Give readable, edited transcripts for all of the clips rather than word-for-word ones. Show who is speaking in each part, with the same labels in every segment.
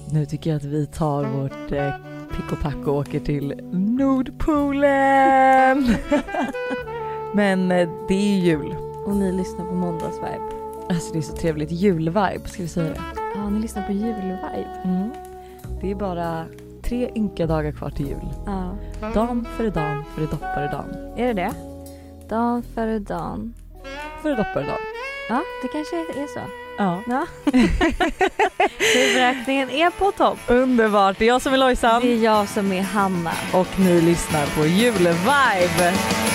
Speaker 1: Nu tycker jag att vi tar vårt pick och pack och åker till Nordpolen. Men det är ju jul.
Speaker 2: Och ni lyssnar på måndagsvibe.
Speaker 1: Alltså det är så trevligt. Julvibe, ska vi säga det?
Speaker 2: Ja, ni lyssnar på julvibe.
Speaker 1: Mm. Det är bara 3 ynka dagar kvar till jul.
Speaker 2: Ja.
Speaker 1: Dan före dan före dopparedan.
Speaker 2: Är det? Dan före dan.
Speaker 1: Före dopparedan.
Speaker 2: Ja, det kanske är så.
Speaker 1: Ja.
Speaker 2: Huvudräkningen är på topp.
Speaker 1: Underbart. Det är jag som är Lojsan.
Speaker 2: Det är jag som är Hanna.
Speaker 1: Och ni lyssnar på Julvibe.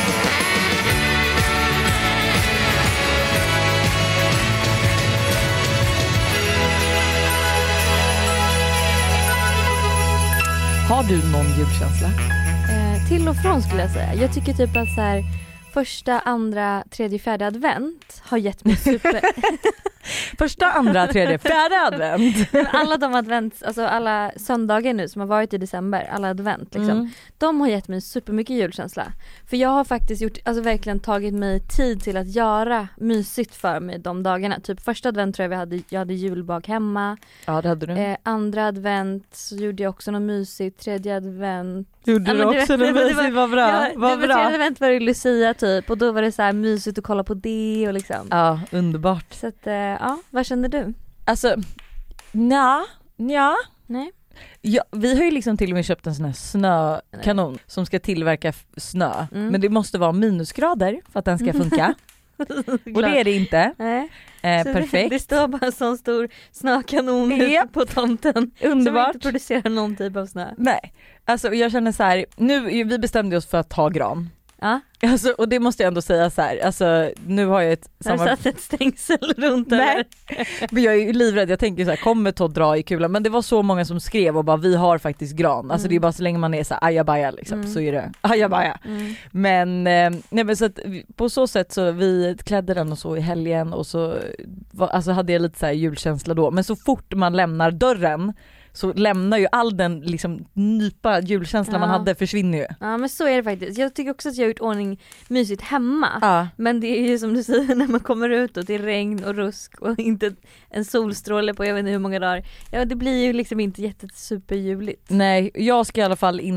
Speaker 1: Har du någon julkänsla?
Speaker 2: Till och från skulle jag säga. Jag tycker typ att så här, första, andra, tredje, fjärde advent har gett mig super...
Speaker 1: Första, andra, tredje, fjärde advent.
Speaker 2: Alla de advents, alltså alla söndagar nu som har varit i december, alla advent liksom, de har gett mig supermycket julkänsla. För jag har faktiskt gjort, alltså verkligen tagit mig tid till att göra mysigt för mig de dagarna. Typ första advent tror jag hade julbak hemma.
Speaker 1: Ja, det hade du.
Speaker 2: Andra advent så gjorde jag också något mysigt. Tredje advent.
Speaker 1: Gjorde du också något mysigt? Vad bra.
Speaker 2: Ja, vad bra. Tredje advent var det Lucia typ. Och då var det så här mysigt att kolla på det och liksom.
Speaker 1: Ja, underbart.
Speaker 2: Så att, ja, vad känner du?
Speaker 1: Alltså, nja.
Speaker 2: Nej.
Speaker 1: Ja, vi har ju liksom till och med köpt en sån här snökanon som ska tillverka snö. Men det måste vara minusgrader för att den ska funka. Och det är det inte.
Speaker 2: Nej.
Speaker 1: Perfekt.
Speaker 2: Det står bara en sån stor snökanon på tomten.
Speaker 1: Underbart.
Speaker 2: Som inte producerar någon typ av snö.
Speaker 1: Nej, alltså jag känner så här, nu vi bestämde oss för att ta gran.
Speaker 2: Ja.
Speaker 1: Alltså, och det måste jag ändå säga så här, alltså nu har jag ett
Speaker 2: Har du satt ett stängsel runt?
Speaker 1: Nej.
Speaker 2: Eller?
Speaker 1: Men jag är ju livrädd, jag tänker så här, kommer Todd dra i kulan, men det var så många som skrev och bara vi har faktiskt gran. Alltså det är bara så länge man är så här ajabaja liksom, så är det ajabaja. Men nej, men så att på så sätt så vi klädde den och så i helgen och så alltså hade jag lite så här julkänsla då, men så fort man lämnar dörren så lämnar ju all den liksom nypa julkänslan man hade försvinner ju.
Speaker 2: Ja, men så är det faktiskt. Jag tycker också att jag har gjort ordning mysigt hemma.
Speaker 1: Ja.
Speaker 2: Men det är ju som du säger när man kommer ut och det är regn och rusk och inte en solstråle på jag vet inte hur många dagar. Ja, det blir ju liksom inte superjuligt.
Speaker 1: Nej, jag ska i alla fall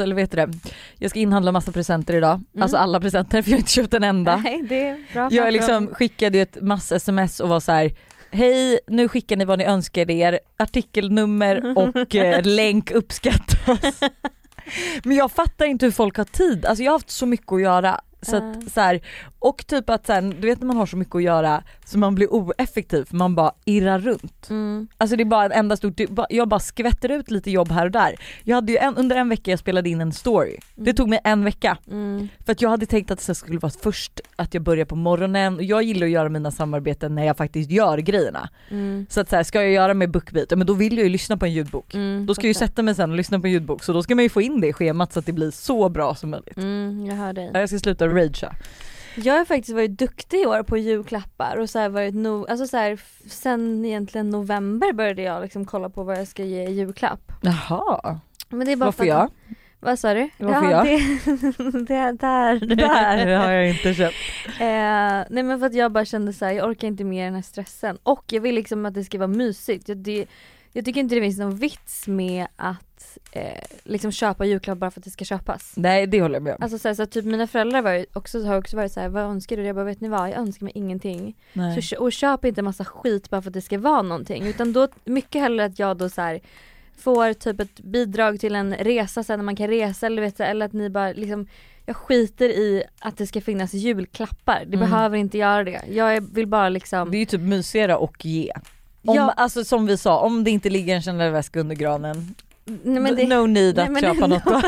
Speaker 1: jag ska inhandla massa presenter idag. Alltså alla presenter för jag har inte köpt en enda.
Speaker 2: Nej, det är bra.
Speaker 1: Jag liksom skickade ju ett massa sms och var så här: hej, nu skickar ni vad ni önskar er, artikelnummer och länk uppskattas. Men jag fattar inte hur folk har tid. Alltså jag har haft så mycket att göra. Så att, så här, och typ att sen, du vet när man har så mycket att göra så man blir oeffektiv för man bara irrar runt. Alltså det är bara en enda stort, jag bara skvätter ut lite jobb här och där. Jag hade ju under en vecka jag spelade in en story. Det tog mig en vecka. För att jag hade tänkt att det skulle vara först att jag börjar på morgonen och jag gillar att göra mina samarbeten när jag faktiskt gör grejerna. Så att så här, ska jag göra med BookBeat, men då vill jag ju lyssna på en ljudbok. Då ska jag ju sätta mig sen och lyssna på en ljudbok, så då ska man ju få in det i schemat så att det blir så bra som möjligt.
Speaker 2: Jag hör dig.
Speaker 1: Jag ska sluta ragea.
Speaker 2: Jag har faktiskt varit duktig i år på julklappar och så här varit alltså så här, sen egentligen november började jag liksom kolla på vad jag ska ge i julklapp.
Speaker 1: Jaha.
Speaker 2: Men det är bara
Speaker 1: varför jag?
Speaker 2: Vad sa du?
Speaker 1: Varför jag?
Speaker 2: Det
Speaker 1: där har jag inte köpt.
Speaker 2: Nej, men för att jag bara kände så här, jag orkar inte mer den här stressen och jag vill liksom att det ska vara mysigt. Jag tycker inte det finns någon vits med att liksom köpa julklappar bara för att det ska köpas.
Speaker 1: Nej, det håller jag med om.
Speaker 2: Alltså så typ mina föräldrar har också varit så här: vad önskar du? Jag bara, vet ni vad? Jag önskar mig ingenting. Så, och köp inte en massa skit bara för att det ska vara någonting, utan då mycket hellre att jag då så här får typ ett bidrag till en resa sen när man kan resa, eller att ni bara liksom, jag skiter i att det ska finnas julklappar. Det behöver inte göra det. Jag vill bara liksom,
Speaker 1: det är ju typ mysigare och ge. Alltså som vi sa, om det inte ligger en Chanel-väska under granen.
Speaker 2: Nej, men
Speaker 1: no need att köpa något då.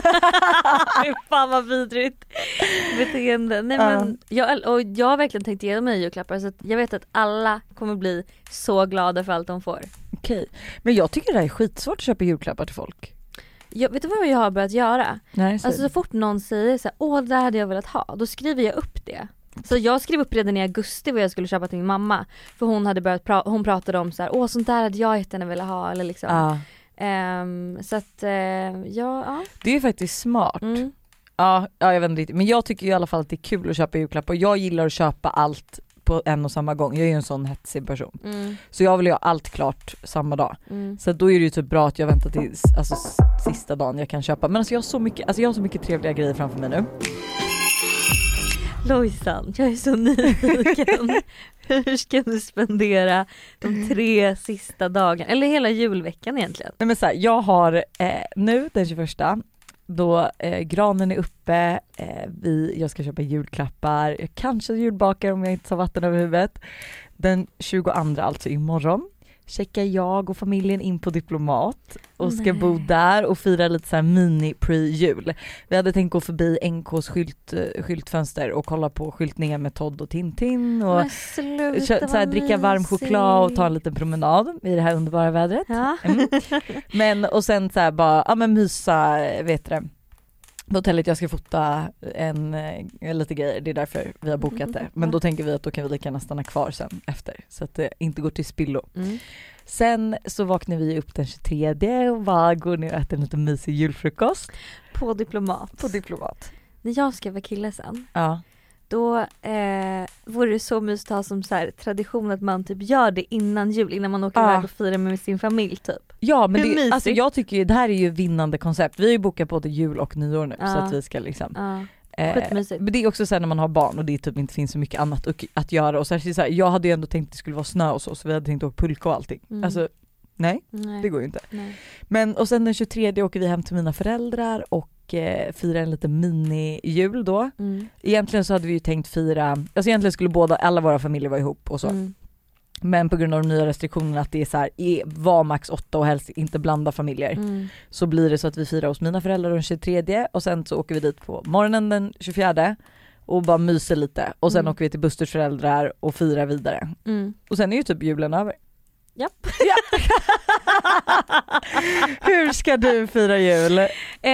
Speaker 2: Fan vad vidrigt beteende. Nej, men jag har verkligen tänkt igenom mig julklappar, så att jag vet att alla kommer bli så glada för allt de får.
Speaker 1: Okej. Men jag tycker det är skitsvårt att köpa julklappar till folk.
Speaker 2: Vet du vad jag har börjat göra?
Speaker 1: Nej,
Speaker 2: alltså så fort någon säger så här, det där hade jag velat ha, då skriver jag upp det. Så jag skrev upp redan i augusti vad jag skulle köpa till min mamma, för hon hade hon pratade om så här, sånt där hade jag jättegärna velat ha, eller liksom. Så att ja.
Speaker 1: Det är ju faktiskt smart. Ja, jag vet inte riktigt. Men jag tycker i alla fall att det är kul att köpa julklappar. Och jag gillar att köpa allt på en och samma gång. Jag är ju en sån hetsig person. Så jag vill ju ha allt klart samma dag. Så då är det ju typ bra att jag väntar till alltså, sista dagen jag kan köpa. Men alltså jag har så mycket trevliga grejer framför mig nu.
Speaker 2: Lojsan, jag är så nyfiken. Hur ska du spendera de 3 sista dagarna? Eller hela julveckan egentligen?
Speaker 1: Nej, men så här, jag har nu den 21 då granen är uppe, jag ska köpa julklappar, jag kanske julbakar om jag inte tar vatten över huvudet. Den 22, alltså imorgon, checkar jag och familjen in på Diplomat och ska bo där och fira lite så här mini pre-jul. Vi hade tänkt gå förbi NKs skyltfönster och kolla på skyltningen med Todd och Tintin och så här, dricka varm choklad och ta en liten promenad i det här underbara vädret. Ja. Men och sen så här bara mysa, vet du, hotellet jag ska fota lite grejer, det är därför vi har bokat det. Men då tänker vi att då kan vi lika gärna stanna kvar sen efter så att det inte går till spillo. Sen så vaknar vi upp den 23 och bara går ner och äter en lite mysig julfrukost.
Speaker 2: På Diplomat. När jag ska vara kille sen. Ja. Då vore det så mysigt att ha som så här tradition att man typ gör det innan jul, innan man åker iväg och firar med sin familj typ. Ja, men det, alltså, jag tycker ju det här är ju vinnande koncept. Vi har ju bokat både jul och nyår nu så att vi ska liksom men det är också så här när man har barn och det typ inte finns så mycket annat att göra och så här, jag hade ju ändå tänkt att det skulle vara snö och så vi hade tänkt åka pulka och allting. Alltså nej, det går ju inte. Nej. Men och sen den 23 åker vi hem till mina föräldrar och fira en liten mini-jul då. Egentligen så hade vi ju tänkt fira, alltså egentligen skulle alla våra familjer vara ihop och så. Men på grund av de nya restriktionerna att det är så här, var max 8 och helst inte blanda familjer. Så blir det så att vi firar hos mina föräldrar den 23 och sen så åker vi dit på morgonen den 24 och bara myser lite. Och sen åker vi till Busters föräldrar och firar vidare. Och sen är ju typ julen över. Japp.
Speaker 1: Ja. Hur ska du fira jul?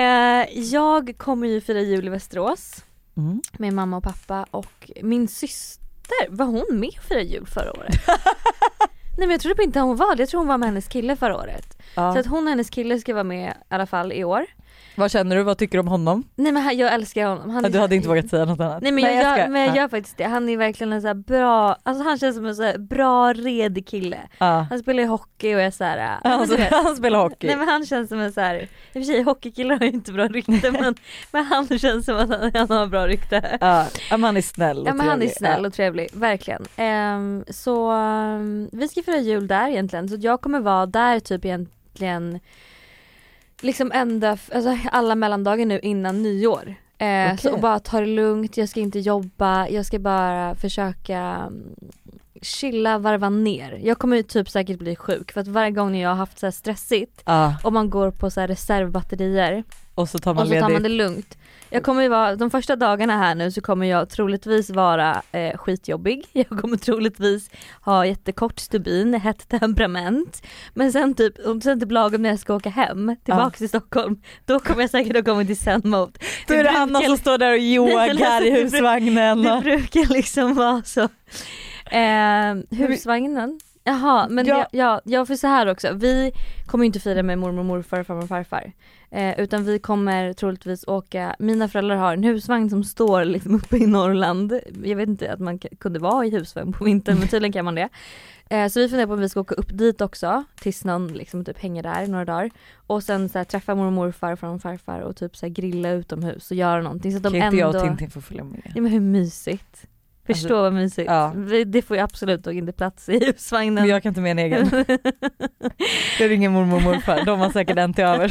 Speaker 2: Jag kommer ju fira jul i Västerås med mamma och pappa och min syster. Var hon med och fira jul förra året? Nej, men jag trodde inte hon var det. Jag tror hon var med hennes kille förra året. Så att hon och hennes kille ska vara med i alla fall i år. Vad känner du? Vad tycker du om honom? Nej, men jag älskar honom.
Speaker 1: Du hade inte vågat säga något annat.
Speaker 2: Nej, men jag gör faktiskt det. Han är verkligen en så här bra, alltså han känns som en så här bra redig kille. Han spelar ju hockey och är så här.
Speaker 1: Han spelar hockey.
Speaker 2: Nej, men han känns som en så här, i och för sig hockeykillar har ju inte bra rykte men han känns som att han har bra rykte.
Speaker 1: Men han är snäll och trevlig.
Speaker 2: Men han är snäll och trevlig, verkligen. Så vi ska fira jul där egentligen. Så jag kommer vara där typ egentligen liksom alltså alla mellandagar nu innan nyår. Så bara ta det lugnt, jag ska inte jobba, jag ska bara försöka chilla, varva ner. Jag kommer typ säkert bli sjuk för att varje gång jag har haft så här stressigt och man går på så här reservbatterier och så tar man det lugnt. Jag kommer ju vara, de första dagarna här nu så kommer jag troligtvis vara skitjobbig. Jag kommer troligtvis ha jättekort stubin, hett temperament. Men sen typ lagom när jag ska åka hem tillbaka till Stockholm, då kommer jag säkert att komma till zen-mode.
Speaker 1: Då är det Anna som står där och yogar i husvagnen.
Speaker 2: Det brukar liksom vara så. Husvagnen? Jaha, men jag får så här också. Vi kommer inte fira med mormor, morfar, farmor och farfar. Utan vi kommer troligtvis åka. Mina föräldrar har en husvagn som står liksom uppe i Norrland. Jag vet inte att man kunde vara i husvagn på vintern, men tydligen kan man det. Så vi funderar på om vi ska åka upp dit också. Tills någon liksom typ hänger där i några dagar. Och sen så här, träffa mormor, morfar, farmor och farfar och typ så här, grilla utomhus och göra någonting. Så att de
Speaker 1: kan inte jag och Tintin få följa med?
Speaker 2: Ja, men hur mysigt. Förstå vad mysigt. Ja. Det får ju absolut dock inte plats i husvagnen.
Speaker 1: Men jag kan inte med en egen. Det ringer mormor och morfar. De har säkert en till övers.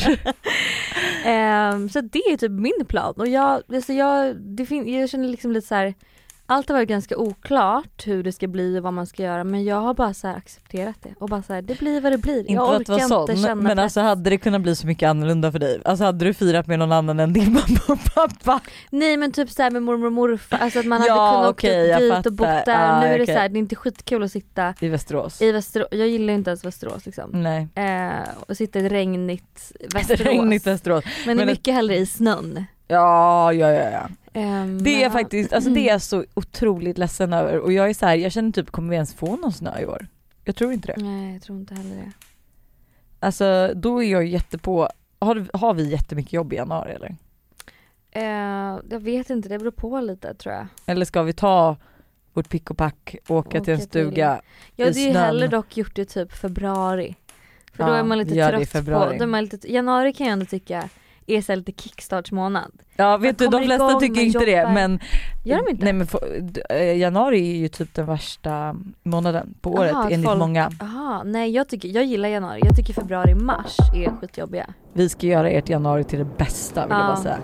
Speaker 2: Så det är typ min plan. Och jag känner liksom lite så här. Allt har varit ganska oklart hur det ska bli och vad man ska göra. Men jag har bara så här accepterat det. Och bara så här, det blir vad det blir. Jag orkar inte känna
Speaker 1: men alltså hade det kunnat bli så mycket annorlunda för dig? Alltså hade du firat med någon annan än din mamma och pappa?
Speaker 2: Nej, men typ så här med mormor och morfar. Alltså att man hade kunnat åka dit och bo där. Nu är det så här, det är inte skitkul att sitta
Speaker 1: i Västerås.
Speaker 2: Jag gillar inte ens Västerås liksom.
Speaker 1: Nej.
Speaker 2: Och sitta i ett regnigt Västerås. Men det är mycket hellre i snön.
Speaker 1: Ja. Det är faktiskt, alltså det är så otroligt ledsen över. Och jag är så här, jag känner typ, kommer vi ens få någon snö i år? Jag tror inte det.
Speaker 2: Nej, jag tror inte heller det.
Speaker 1: Alltså då är jag jättepå. Har vi jättemycket jobb i januari eller?
Speaker 2: Jag vet inte, det beror på lite tror jag.
Speaker 1: Eller ska vi ta vårt pick och pack, åka till en stuga
Speaker 2: Jag
Speaker 1: i
Speaker 2: hade ju
Speaker 1: snön.
Speaker 2: hellre dock gjort det typ februari. För
Speaker 1: Ja,
Speaker 2: då är man lite
Speaker 1: gör det i
Speaker 2: trött
Speaker 1: februari.
Speaker 2: på. Då är man lite, januari kan jag ändå tycka är så här lite kickstartsmånad.
Speaker 1: Ja, vet du, de flesta
Speaker 2: igång,
Speaker 1: tycker
Speaker 2: man
Speaker 1: inte det,
Speaker 2: jobbar.
Speaker 1: men
Speaker 2: Gör de inte?
Speaker 1: nej, men januari är ju typ den värsta månaden på året enligt många.
Speaker 2: Aha, nej jag gillar januari. Jag tycker februari, mars är skitjobbiga.
Speaker 1: Vi ska göra ert januari till det bästa, vill jag bara säga.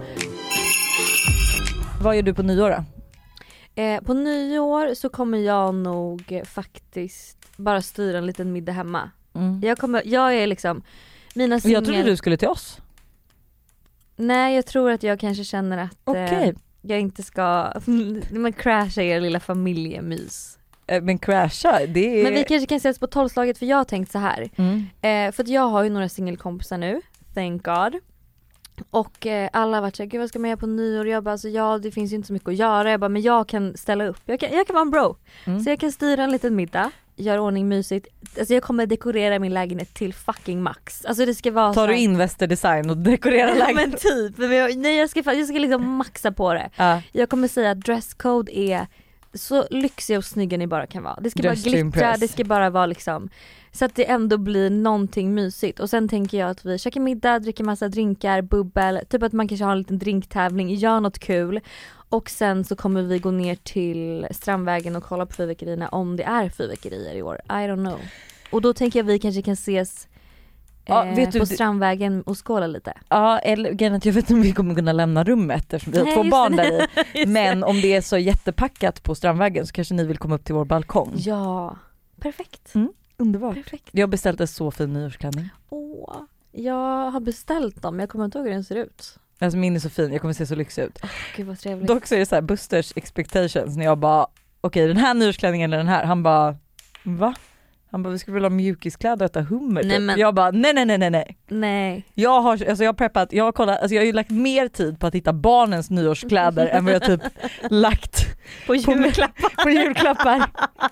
Speaker 1: Vad gör du på nyår då?
Speaker 2: På nyår så kommer jag nog faktiskt bara styra en liten middag hemma. Jag är liksom mina singel...
Speaker 1: Jag trodde du skulle till oss.
Speaker 2: Nej, jag tror att jag kanske känner att jag inte ska men crasha er lilla familjemys.
Speaker 1: Men crasha, det är...
Speaker 2: Men vi kanske kan ses på 12-slaget, för jag har tänkt så här. För att jag har ju några singelkompisar nu, thank God. Och alla har varit såhär, gud vad ska man göra på nyår? Jag bara, alltså, ja det finns ju inte så mycket att göra. Jag bara, men jag kan ställa upp. Jag kan vara en bro. Så jag kan styra en liten middag. Göra ordning mysigt. Alltså jag kommer dekorera min lägenhet till fucking max. Alltså det ska vara
Speaker 1: tar du in Västerdesign och dekorerar lägenheten?
Speaker 2: Men typ. Nej, jag ska liksom maxa på det. Jag kommer säga att dresscode är så lyxiga och snygga ni bara kan vara. Det ska bara glittra, det ska bara vara liksom så att det ändå blir någonting mysigt. Och sen tänker jag att vi käkar middag, dricker massa drinkar, bubbel, typ att man kanske har en liten drinktävling, gör något kul. Och sen så kommer vi gå ner till Strandvägen och kolla på fyrverkerierna om det är fyrverkerier i år. I don't know. Och då tänker jag vi kanske kan ses på Strandvägen och skåla lite. Ja,
Speaker 1: eller jag vet inte om vi kommer kunna lämna rummet eftersom vi har 2 barn där i. Men om det är så jättepackat på Strandvägen så kanske ni vill komma upp till vår balkong.
Speaker 2: Ja, perfekt.
Speaker 1: Underbart.
Speaker 2: Perfekt.
Speaker 1: Jag har beställt en så fin nyårsklänning.
Speaker 2: Jag har beställt dem, jag kommer inte ihåg hur den ser ut.
Speaker 1: Alltså min är så fin, jag kommer se så lyxig ut.
Speaker 2: Gud vad trevligt.
Speaker 1: Dock så är det så här Busters expectations när jag bara, okej, den här nyårsklänningen eller den här. Han bara, va? Han bara, vi ska väl ha mjukiskläder och äta hummer typ. Men... Jag bara, nej. Jag har preppat, jag har kollat, alltså jag har ju lagt mer tid på att hitta barnens nyårskläder än vad jag typ lagt
Speaker 2: på julklappar.
Speaker 1: På julklappar.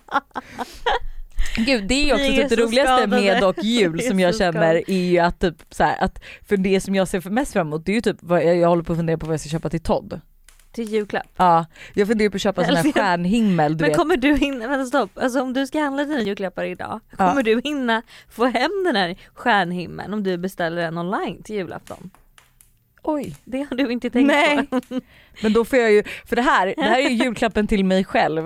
Speaker 1: Gud, det är ju också typ det roligaste med och jul som jag känner är ju att typ så här, att för det som jag ser mest fram emot det är ju typ vad jag håller på att fundera på vad jag ska köpa till Todd.
Speaker 2: Till julklapp?
Speaker 1: Ja, jag funderar på att köpa sån här stjärnhimmel, du
Speaker 2: men
Speaker 1: vet.
Speaker 2: Kommer du hinna, vänta stopp, alltså om du ska handla dina julklappar idag, kommer du hinna få hem den här stjärnhimmeln om du beställer den online till julafton?
Speaker 1: Oj,
Speaker 2: det har du inte tänkt på.
Speaker 1: Men då får jag ju, för det här är ju julklappen till mig själv.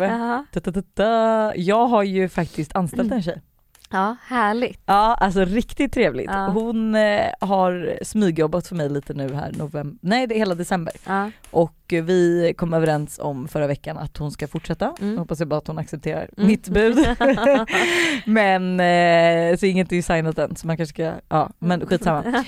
Speaker 1: Jag har ju faktiskt anställt en tjej.
Speaker 2: Ja, härligt.
Speaker 1: Ja, alltså riktigt trevligt. Hon har smygjobbat för mig lite nu här det är hela december. Och vi kom överens om förra veckan att hon ska fortsätta. Hoppas jag bara att hon accepterar mitt bud. Men så inget är ju signat än så man kanske ska, men skitsamma.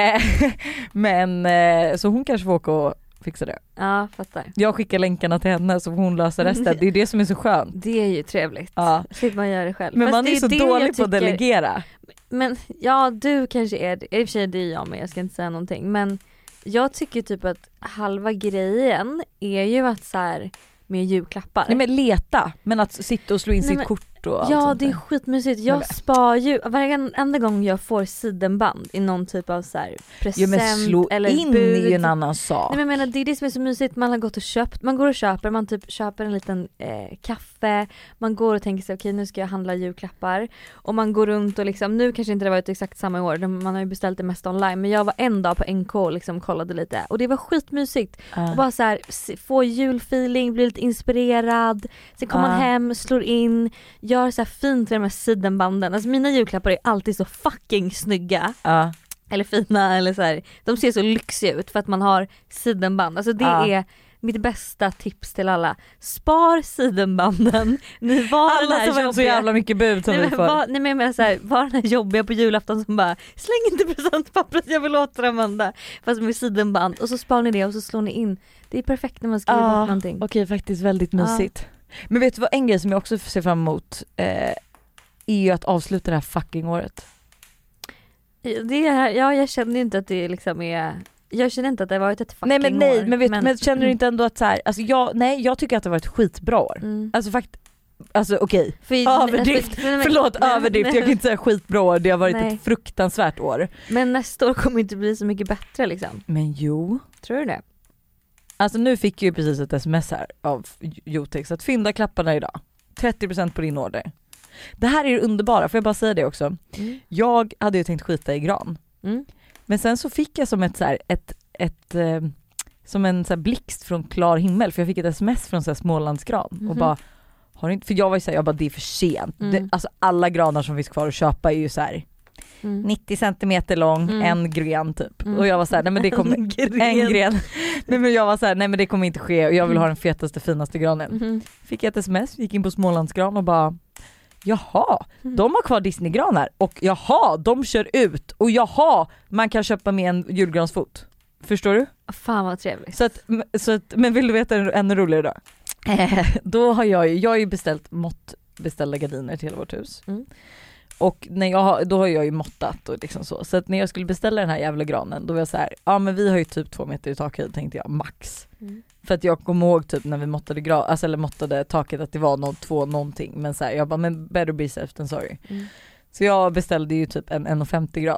Speaker 1: Men så hon kanske får åka och fixa det.
Speaker 2: Ja, fattar.
Speaker 1: Jag skickar länkarna till henne så hon löser resten. Det är det som är så skönt.
Speaker 2: Det är ju trevligt. Slipper man göra det själv.
Speaker 1: Men man är så dålig på att delegera.
Speaker 2: Men ja, du kanske är det. I och för sig det är jag med, jag ska inte säga någonting. Men jag tycker typ att halva grejen är ju att så här med julklappar.
Speaker 1: Nej men leta, men att sitta och slå in sitt kort och allt sånt
Speaker 2: det är skitmysigt. Jag spar ju varenda gång jag får sidenband i någon typ av så här present
Speaker 1: men slå
Speaker 2: eller
Speaker 1: in
Speaker 2: bud.
Speaker 1: är ju en annan sak.
Speaker 2: Nej men jag menar, det är det som är så mysigt. Man har gått och köpt, man går och köper, man typ köper en liten kaffe, man går och tänker sig okej, nu ska jag handla julklappar och man går runt och liksom, nu kanske inte det varit exakt samma år, man har ju beställt det mest online, men jag var en dag på NK och liksom kollade lite och det var skitmysigt. Och bara så här, få julfeeling, bli lite inspirerad, sen kommer man hem, slår in, gör så här fint med de här sidenbanden. Alltså mina julklappar är alltid så fucking snygga. Eller fina eller så här. De ser så lyxiga ut för att man har sidenband. Alltså det är mitt bästa tips till alla. Spar sidenbanden. Ni var
Speaker 1: alla som har så jävla mycket bud som vi får.
Speaker 2: Nej men så här, var den här jobbiga på julafton som bara släng inte presentpappret, jag vill återanvända. Fast med sidenband. Och så spar ni det och så slår ni in. Det är perfekt när man skriver bort någonting.
Speaker 1: Okej, faktiskt väldigt mysigt. Men vet du vad, en grej som jag också ser fram emot är ju att avsluta det här fucking året.
Speaker 2: Jag känner inte att det liksom är... Jag känner inte att det har varit ett fucking år.
Speaker 1: Men känner du inte ändå att så här, alltså jag tycker att det har varit ett skitbra år. Alltså okej. Överdrift. Överdrift. Jag kan inte säga skitbra år. Det har varit ett fruktansvärt år.
Speaker 2: Men nästa år kommer inte bli så mycket bättre liksom.
Speaker 1: Men jo.
Speaker 2: Tror du det?
Speaker 1: Alltså nu fick jag ju precis ett sms här av Jotex att fynda klapparna idag. 30% på din order. Det här är det underbara, får jag bara säga det också. Jag hade ju tänkt skita i gran. Men sen så fick jag som som en så här blixt från klar himmel, för jag fick ett sms från så här Smålandsgran och bara har inte, för jag var ju så här, jag bara det är för sent. Alltså alla granar som finns kvar att köpa är ju så här 90 centimeter lång, en gren typ. Och jag var så här, nej men det kommer en gren. Nej men jag var så här, nej men det kommer inte ske och jag vill ha den fetaste finaste granen. Fick jag ett sms, gick in på Smålandsgran och bara jaha, de har kvar Disneygranar och jaha, de kör ut och jaha, man kan köpa med en julgransfot. Förstår du?
Speaker 2: Fan vad trevligt.
Speaker 1: Så att, men vill du veta ännu roligare då? Då har jag har ju beställda gardiner till hela vårt hus. Och då har jag ju måttat och liksom så att när jag skulle beställa den här jävla granen då var jag så här, ja men vi har ju typ 2 meter i takhöjd tänkte jag max. För att jag kommer ihåg typ när vi måttade taket att det var 2 någonting, men så här, jag bara men better be safe than sorry. Så jag beställde ju typ en 1,50 grad.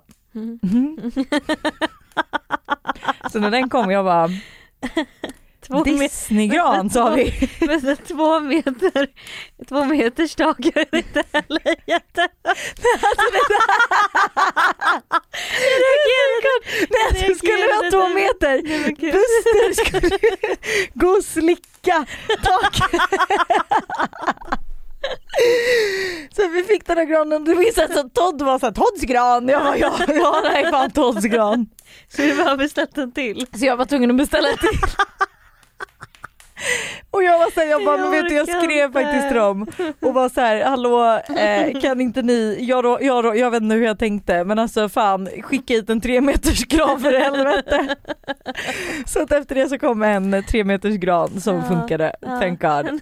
Speaker 1: Så när den kom jag bara Disneygran sa vi.
Speaker 2: Men 2 meters tak är inte heller jätte.
Speaker 1: Nej, så skulle det vara 2 meter. Buster skulle gå och slicka taket. Så vi fick den här granen. Det visade sig att Todd var så här, Todds gran. Jag bara, ja, det här är fan Todds gran.
Speaker 2: Så du har beställt en till.
Speaker 1: Så jag var tvungen att beställa en till. Och jag var så här, men vet du, jag skrev faktiskt till dem och var så här, hallå, kan inte ni, jag vet inte hur jag tänkte, men alltså fan, skicka hit en 3 meters gran för helvete. Så att efter det så kom en 3 meters gran som funkade, thank God.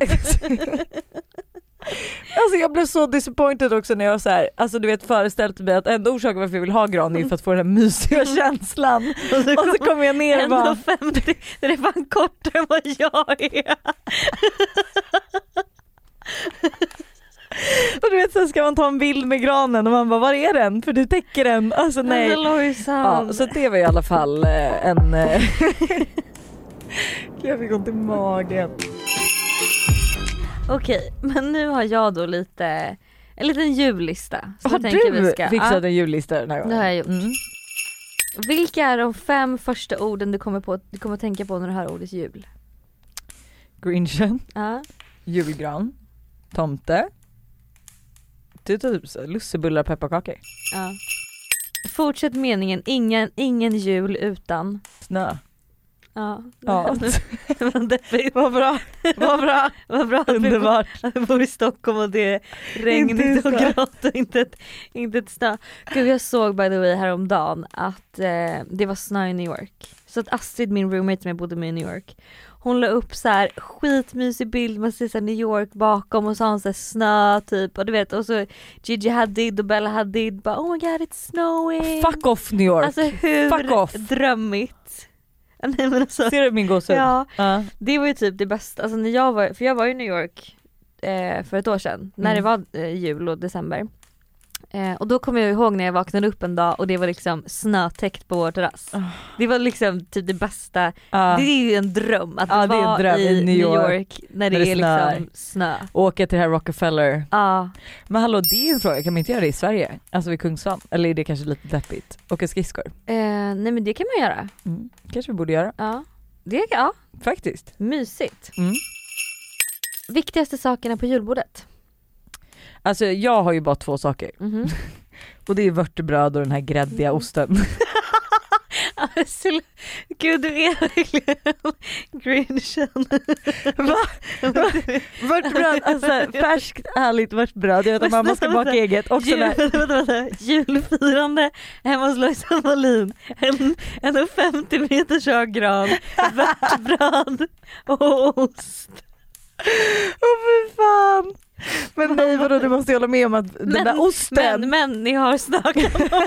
Speaker 1: Alltså jag blev så disappointed också när jag så här, alltså du vet, föreställt mig att enda orsaken varför jag vill ha gran är för att få den här mysiga känslan. Och så kom jag ner och bara
Speaker 2: 1,50, det är fan kortare än vad jag är.
Speaker 1: Och du vet, så ska man ta en bild med granen och man bara, var är den? För du täcker den. Alltså nej. Ja, så det var i alla fall en jag fick ont i magen.
Speaker 2: Okej, men nu har jag då en liten jullista.
Speaker 1: Har du fixat en jullista den här gången?
Speaker 2: Det har jag gjort. Vilka är de 5 första orden du kommer tänka på när du hör ordet jul?
Speaker 1: Grinchen, julgran, tomte, lussebullar, pepparkakor.
Speaker 2: Ja. Fortsätt meningen, ingen jul utan
Speaker 1: snö.
Speaker 2: Ja.
Speaker 1: Vad bra.
Speaker 2: Underbart. Att vi bor i Stockholm och det är regnigt och grått och inte ett snö. Gud, jag såg by the way häromdagen att det var snö i New York. Så att Astrid, min roommate som jag bodde med i New York, hon la upp så här skitmysig bild, man ser så här New York bakom och så har hon så här snö typ, och du vet, och så Gigi Hadid och Bella Hadid bara oh my god it's snowing.
Speaker 1: Fuck off New York.
Speaker 2: Alltså hur drömmigt. Nej, men alltså,
Speaker 1: ser du min gåshud?
Speaker 2: Ja, det var ju typ det bästa. Alltså när jag var i New York för ett år sedan när det var jul och december. Och då kommer jag ihåg när jag vaknade upp en dag och det var liksom snötäckt på vår terrass. Det var liksom typ det bästa. Det är ju en dröm att vara i New York när det är liksom snö.
Speaker 1: Åka till det här Rockefeller. Men hallå, det är ju en fråga, kan man inte göra det i Sverige? Alltså vid Kungsholm? Eller är det kanske lite deppigt? Åka skridskor?
Speaker 2: Nej men det kan man göra.
Speaker 1: Kanske vi borde göra.
Speaker 2: Ja.
Speaker 1: Faktiskt.
Speaker 2: Mysigt. Viktigaste sakerna på julbordet?
Speaker 1: Alltså jag har ju bara 2 saker. Och det är vörtebröd och den här gräddiga osten.
Speaker 2: Gud, du är verkligen Grinchen.
Speaker 1: Va? Vörtbröd, alltså färskt ärligt vörtbröd. Jag vet att mamma ska baka eget. Och
Speaker 2: julfirande hemma hos Lojsan Wallin. En 50 meters hög gran, vörtbröd och ost.
Speaker 1: Fy fan. Men nej, vadå, du måste hålla med om att den där osten.
Speaker 2: Men ni har snackat.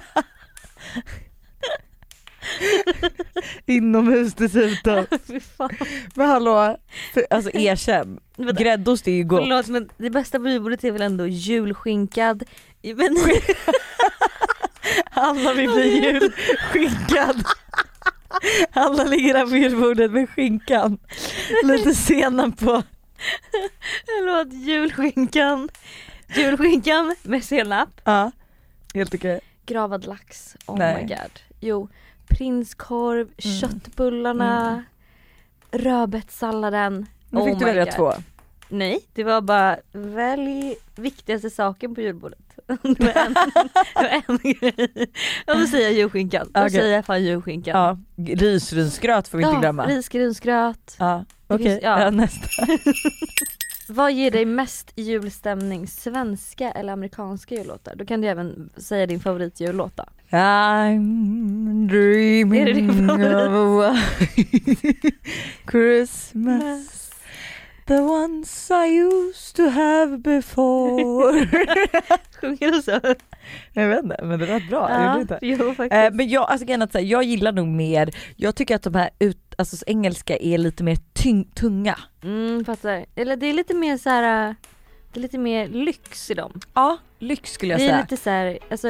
Speaker 1: Inomhus dessutom. Men hallå, alltså erkänn. Gräddost är ju gott.
Speaker 2: Förlåt, men det bästa på julbordet är väl ändå julskinkad. Men
Speaker 1: Anna vill bli julskinkad. Alla ligger där på julbordet med skinkan. Lite senap på.
Speaker 2: Förlåt, julskinkan med senap.
Speaker 1: Ja, helt okej.
Speaker 2: Gravad lax,
Speaker 1: Nej.
Speaker 2: my god. Jo, prinskorv, köttbullarna, rödbetssalladen.
Speaker 1: Nu fick du välja 2.
Speaker 2: Nej, det var bara välj viktigaste saken på julbordet. Det var en grej. Jag vill säga julskinkan.
Speaker 1: Okay.
Speaker 2: Jag säger fan julskinkan.
Speaker 1: Ja, risgrynsgröt får vi inte glömma.
Speaker 2: Risgrynsgröt.
Speaker 1: Ja, okej.
Speaker 2: Ja.
Speaker 1: Nästa.
Speaker 2: Vad ger dig mest julstämning? Svenska eller amerikanska jullåtar? Då kan du även säga din favoritjullåt då.
Speaker 1: I'm dreaming
Speaker 2: Är det din favorit?
Speaker 1: of a white Christmas, the ones I used to have before.
Speaker 2: Sjunger du så?
Speaker 1: Jag vet inte, men det lät bra.
Speaker 2: Ja,
Speaker 1: Inte.
Speaker 2: jo, faktiskt.
Speaker 1: Men jag, alltså, att säga, jag gillar nog mer, jag tycker att de här alltså, engelska är lite mer tunga.
Speaker 2: Fattar. Eller det är lite mer så här. Det är lite mer lyx i dem.
Speaker 1: Ja, lyx skulle jag
Speaker 2: Det
Speaker 1: säga.
Speaker 2: är lite så här, alltså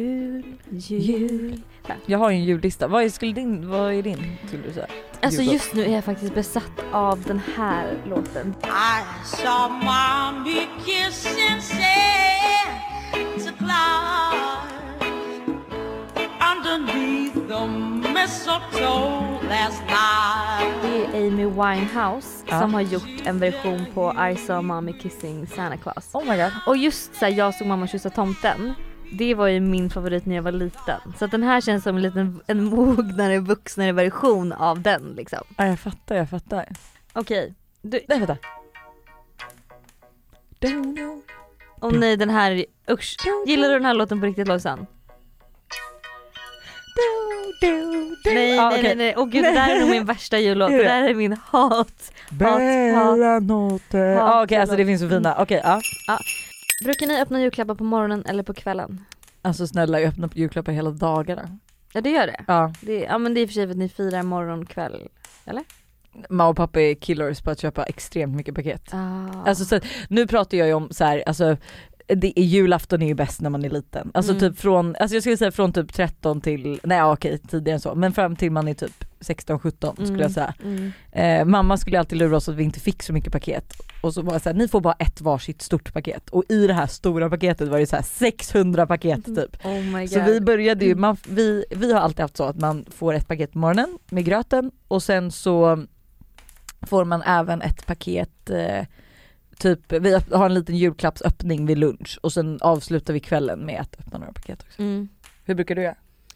Speaker 2: jul.
Speaker 1: Jag har ju en jullista. Vad är din, skulle du säga?
Speaker 2: Alltså just nu är jag faktiskt besatt av den här låten.
Speaker 3: I saw mommy kissing Santa Claus underneath the mistletoe last night.
Speaker 2: Det är Amy Winehouse som har gjort en version på I saw mommy kissing Santa Claus.
Speaker 1: Oh my god.
Speaker 2: Och just så här, jag såg mamma kyssa tomten. Det var ju min favorit när jag var liten. Så att den här känns som en mognare, vuxnare version av den liksom.
Speaker 1: Ja, jag fattar.
Speaker 2: Okej.
Speaker 1: Nej, vänta.
Speaker 2: Nej, den här, usch. Gillar du den här låten på riktigt, Lojsan? Nej. Åh gud, det där är nog min värsta jullåt. Det där är min hat.
Speaker 1: Bella notte. Ja, okej, alltså det finns så fina. Okej, ja.
Speaker 2: Brukar ni öppna julklappar på morgonen eller på kvällen?
Speaker 1: Alltså snälla, jag öppnar julklappar hela dagarna.
Speaker 2: Ja, det gör det.
Speaker 1: Ja.
Speaker 2: Men det är för sig för att ni firar morgon kväll, eller?
Speaker 1: Mamma och pappa är killers på att köpa extremt mycket paket.
Speaker 2: Ah.
Speaker 1: Alltså så, nu pratar jag ju om så här, alltså det är julafton är ju bäst när man är liten. Alltså typ från, alltså jag skulle säga från typ 13 till, tidigare än så, men fram till man är typ 16-17 skulle jag säga. Mamma skulle alltid lura oss att vi inte fick så mycket paket. Och så var det så här, ni får bara ett varsitt stort paket. Och i det här stora paketet var det så här 600 paket typ.
Speaker 2: Oh my God.
Speaker 1: Så vi började ju, vi har alltid haft så att man får ett paket på morgonen med gröten. Och sen så får man även ett paket, typ vi har en liten julklappsöppning vid lunch. Och sen avslutar vi kvällen med att öppna några paket också. Hur brukar du göra?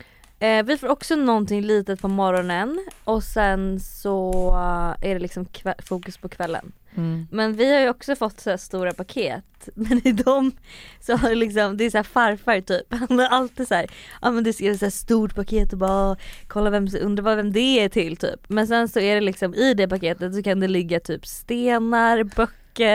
Speaker 2: Vi får också någonting litet på morgonen. Och sen så är det liksom fokus på kvällen. Men vi har ju också fått så här stora paket. Men i dem så har det liksom, det är så här farfar typ. Han är alltid så här, men det är så här stort paket och bara kolla undrar vem det är till typ. Men sen så är det liksom i det paketet så kan det ligga typ stenar, böcker,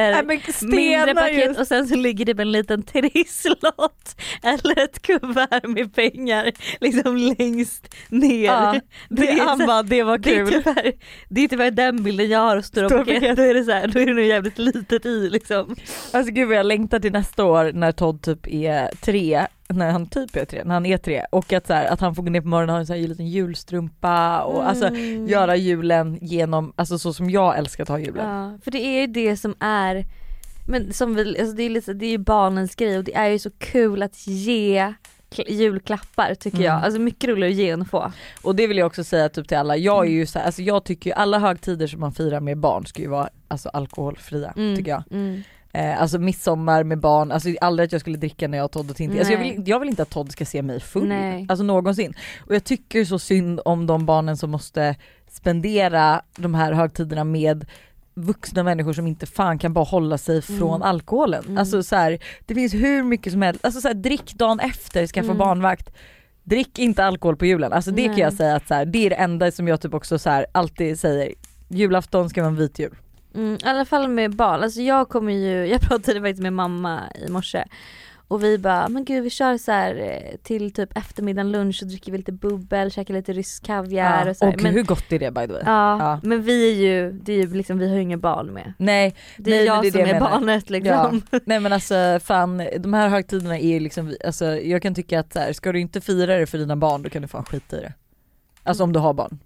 Speaker 2: mindre paket och sen så ligger det en liten trisslott eller ett kuvert med pengar liksom längst ner.
Speaker 1: Ja, det var kul.
Speaker 2: Det är tyvärr den bilden jag har och stora paket. Då är det så här, då är det nog jävligt litet i liksom.
Speaker 1: Alltså gud jag längtar till nästa år när Todd typ är 3. När han är 3 och att, så här, att han får gå ner på morgonen och ha en så här liten julstrumpa och alltså göra julen genom, alltså så som jag älskar att ha julen.
Speaker 2: Ja, för det är ju det som är, men som vi, alltså det är ju barnens grej och det är ju så kul att ge julklappar tycker jag. Alltså mycket roligare att ge än att få. Och det vill jag också säga typ till alla. Jag är ju så här, alltså jag tycker ju alla högtider som man firar med barn ska ju vara alltså alkoholfria tycker jag. Alltså midsommar med barn, alltså aldrig att jag skulle dricka när jag har Todd och Tintin. Alltså jag vill inte att Todd ska se mig full. Nej. Alltså någonsin. Och jag tycker så synd om de barnen som måste spendera de här högtiderna med vuxna människor som inte fan kan bara hålla sig från alkoholen. Alltså så här, det finns hur mycket som helst. Alltså så här, drick dagen efter, skaffa barnvakt. Drick inte alkohol på julen. Alltså det kan jag säga att så här, det är det enda som jag typ också så här, alltid säger. Julafton ska vara en vit jul. I alla fall med barn. Alltså jag pratade faktiskt med mamma i morse. Och vi bara, men gud vi kör så här till typ eftermiddagen lunch och dricker vi lite bubbel, käkar lite rysk kaviar och så här.
Speaker 1: Men hur gott är det by the way?
Speaker 2: Ja. Men det är ju liksom, vi har ju inga barn med.
Speaker 1: Nej,
Speaker 2: det är jag som är barnet liksom.
Speaker 1: Ja. Nej men alltså fan, de här högtiderna är liksom, alltså jag kan tycka att så här, ska du inte fira det för dina barn då kan du fan skita i det. Alltså om du har barn.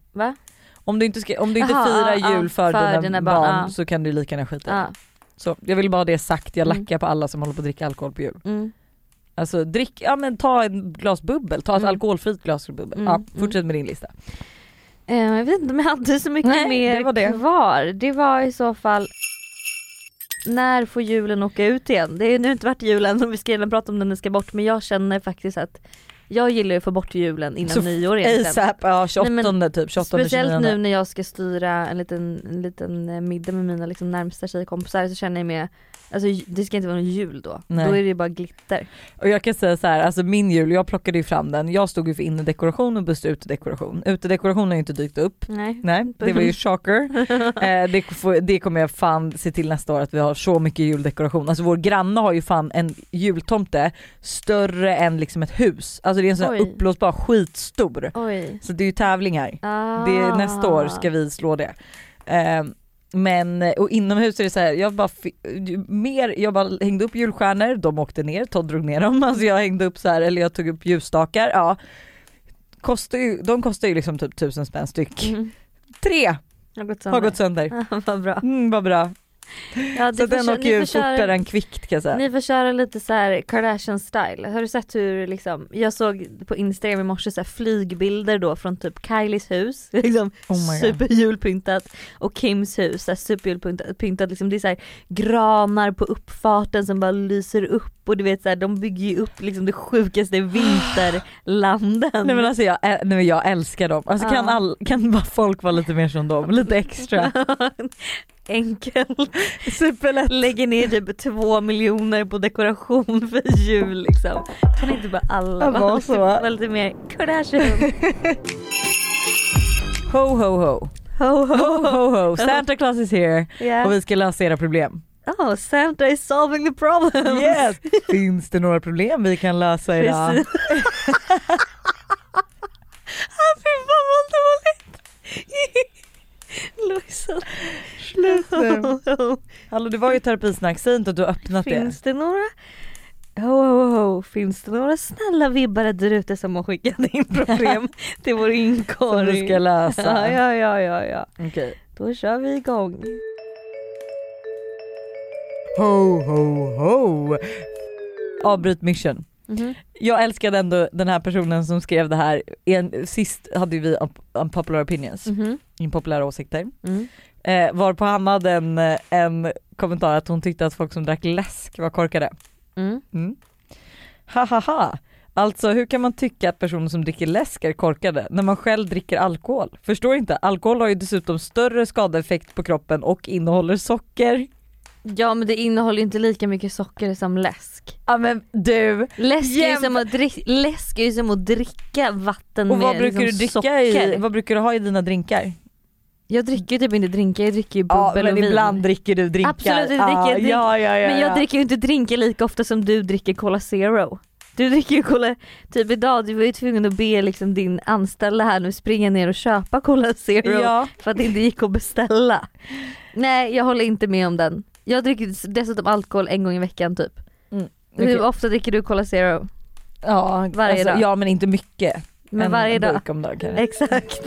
Speaker 2: Va?
Speaker 1: Om du inte firar jul för dina barn så kan du lika gärna skita. Så jag vill bara det sagt, jag lackar på alla som håller på att dricka alkohol på jul. Alltså ta en glas bubbel, ta ett alkoholfritt glas bubbel. Fortsätt med din lista.
Speaker 2: Jag vet inte om jag hade så mycket mer kvar. Det var i så fall, när får julen åka ut igen? Det är nu inte varit julen och vi ska gärna prata om den ska bort, men jag känner faktiskt att jag gillar att få bort julen innan så nyår egentligen. ASAP, 28 typ. 28, speciellt
Speaker 1: 29.
Speaker 2: Nu när jag ska styra en liten middag med mina liksom närmsta tjejkompisar, så känner jag med, alltså det ska inte vara någon jul då. Nej. Då är det bara glitter. Och
Speaker 1: jag kan säga så här, alltså min jul, jag plockade ju fram den. Jag stod ju för innedekoration och bussade utedekoration. Utedekoration har ju inte dykt upp. Nej, det var ju shocker. Det kommer jag fan se till nästa år, att vi har så mycket juldekoration. Alltså vår granne har ju fan en jultomte större än liksom ett hus. Alltså det är en sån här uppblåsbar skitstor. Så det är ju tävling här. Det nästa år ska vi slå det. Men och inomhus är det så här, jag bara hängde upp julstjärnor, de åkte ner, Todd drog ner dem. Alltså jag hängde upp så här, eller jag tog upp ljusstakar. Ja. De kostar ju liksom typ 1000 spänn styck. 3 har gått sönder.
Speaker 2: Vad bra.
Speaker 1: Vad bra. Ja, så den åker ju fortare än kvickt, kan jag säga.
Speaker 2: Ni får köra lite så här Kardashian style. Har du sett hur liksom, jag såg på Instagram i morse så här flygbilder då från typ Kylies hus, liksom superjulpyntat, och Kims hus så här superjulpyntat, liksom det är så här granar på uppfarten som bara lyser upp, och du vet så här, de bygger ju upp liksom det sjukaste vinterlanden. Nej men alltså jag älskar dem. Alltså kan bara folk vara lite mer som dem, lite extra. Enkelt. Superlätt. Lägger ner typ 2 miljoner på dekoration för jul liksom. Kan inte bara alla vara lite mer Kardashian.
Speaker 1: Ho ho ho. Ho ho ho ho. Santa Claus is here. Yeah. Och vi ska lösa era problem.
Speaker 2: Oh, Santa is solving the problems.
Speaker 1: Yes. Finns det några problem vi kan lösa idag? Fy fan vad dåligt.
Speaker 2: Lojsan.
Speaker 1: Hallå, det var ju terapisnack, säg inte att du har öppnat det.
Speaker 2: Finns det några snälla vibbare där ute som har skickat in problem till vår inkorg
Speaker 1: som vi ska lösa?
Speaker 2: Ja.
Speaker 1: Okej.
Speaker 2: Då kör vi igång.
Speaker 1: Ho ho ho. Avbryt mission. Jag älskade ändå den här personen som skrev det här. Sist hade vi unpopular opinions, impopulära åsikter. Varpå han hade en kommentar att hon tyckte att folk som drack läsk var korkade. Hahaha. Alltså hur kan man tycka att personer som dricker läsk är korkade när man själv dricker alkohol? Förstår inte. Alkohol har ju dessutom större skadeeffekt på kroppen och innehåller socker.
Speaker 2: Ja, men det innehåller inte lika mycket socker som läsk.
Speaker 1: Ja men du,
Speaker 2: läsk är ju som att dricka vatten. Och
Speaker 1: vad brukar du dricka socker. Vad brukar du ha i dina drinkar?
Speaker 2: Jag dricker ju typ inte drinkar, jag dricker ju bubbel och vin.
Speaker 1: Ibland dricker du drinkar.
Speaker 2: Absolut, dricker. Ja. Men jag dricker ju inte drinkar lika ofta som du dricker Cola Zero. Du dricker ju Cola, typ idag, du var ju tvungen att be liksom din anställda här nu springa ner och köpa Cola Zero för att det inte gick att beställa. Nej, jag håller inte med om den. Jag dricker dessutom alkohol en gång i veckan typ. Hur ofta dricker du Cola Zero?
Speaker 1: Ja, varje dag. Ja, men inte mycket.
Speaker 2: Men varje dag.
Speaker 1: Om dagen.
Speaker 2: Exakt.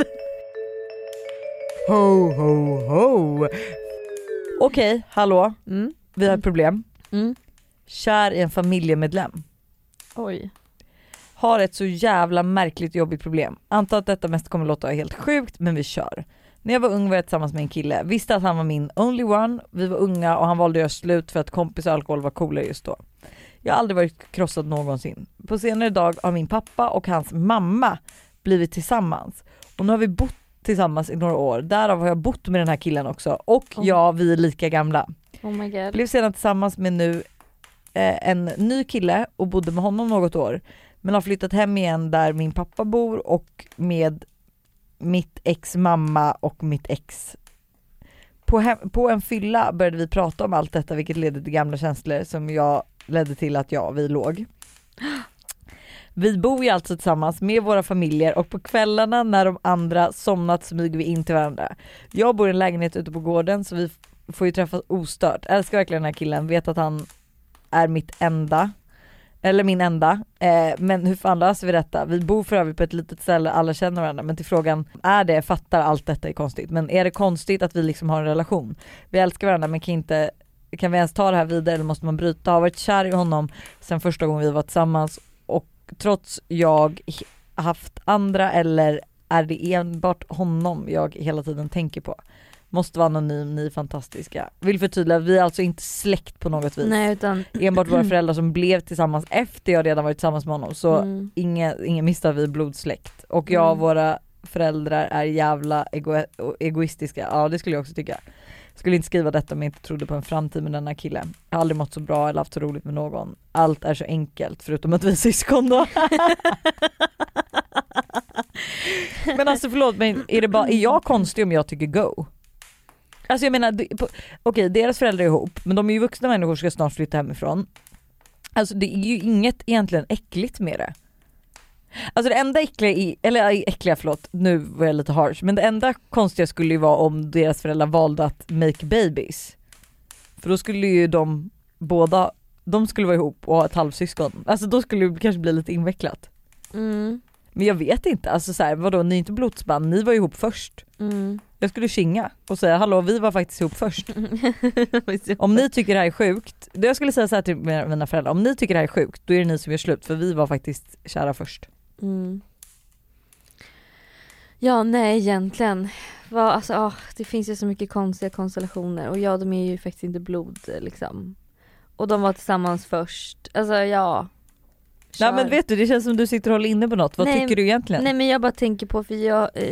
Speaker 1: Ho ho ho. Okej, hallå. Vi har ett problem. Kär i en familjemedlem.
Speaker 2: Oj.
Speaker 1: Har ett så jävla märkligt jobbigt problem. Antar att detta mest kommer låta helt sjukt, men vi kör. När jag var ung var jag tillsammans med en kille. Visste att han var min only one. Vi var unga och han valde att göra slut för att kompis och alkohol var coolare just då. Jag har aldrig varit krossad någonsin. På senare dag har min pappa och hans mamma blivit tillsammans. Och nu har vi bott tillsammans i några år. Därav har jag bott med den här killen också. Och vi är lika gamla.
Speaker 2: Oh my God.
Speaker 1: Blev sedan tillsammans med nu en ny kille och bodde med honom något år. Men har flyttat hem igen där min pappa bor och med mitt ex mamma och mitt ex. På en fylla började vi prata om allt detta, vilket ledde till gamla känslor som jag ledde till att vi låg. Vi bor ju alltså tillsammans med våra familjer och på kvällarna när de andra somnat smyger vi in till varandra. Jag bor i en lägenhet ute på gården så vi får ju träffas ostört. Älskar verkligen den här killen, vet att han är mitt enda. Eller min enda. Men hur fan löser vi detta? Vi bor för övrigt på ett litet ställe, alla känner varandra. Men till frågan, fattar allt detta är konstigt? Men är det konstigt att vi liksom har en relation? Vi älskar varandra men kan vi ens ta det här vidare eller måste man bryta? Jag har varit kär i honom sen första gången vi var tillsammans. Och trots jag haft andra, eller är det enbart honom jag hela tiden tänker på? Måste vara anonym, ni är fantastiska. Vill förtydliga, vi är alltså inte släkt på något vis.
Speaker 2: Nej, utan
Speaker 1: enbart våra föräldrar som blev tillsammans efter jag redan varit tillsammans med honom. Så ingen misstag, vi är blodsläkt. Och jag och våra föräldrar är jävla egoistiska. Ja, det skulle jag också tycka. Skulle inte skriva detta om jag inte trodde på en framtid med denna kille. Jag har aldrig mått så bra eller haft så roligt med någon. Allt är så enkelt förutom att vi är syskon då. Men alltså förlåt, men är jag konstig om jag tycker go? Alltså jag menar, okej, deras föräldrar är ihop, men de är ju vuxna människor och ska snart flytta hemifrån. Alltså det är ju inget egentligen äckligt med det. Alltså det enda äckliga, nu var jag lite harsh, men det enda konstiga skulle ju vara om deras föräldrar valde att make babies. För då skulle ju de skulle vara ihop och ha ett halvsyskon. Alltså då skulle det kanske bli lite invecklat. Men jag vet inte, alltså så här, vadå, ni är inte blodsband, ni var ihop först. Jag skulle kinga och säga, hallå, vi var faktiskt ihop först. Om ni tycker det här är sjukt, då jag skulle säga så här till mina föräldrar, om ni tycker det här är sjukt, då är det ni som gör slut, för vi var faktiskt kära först.
Speaker 2: Ja, nej egentligen. Det finns ju så mycket konstiga konstellationer, och ja, de är ju faktiskt inte blod liksom. Och de var tillsammans först, alltså ja.
Speaker 1: Nej men vet du, det känns som du sitter och håller inne på något. Vad tycker du egentligen?
Speaker 2: Nej men jag bara tänker på, för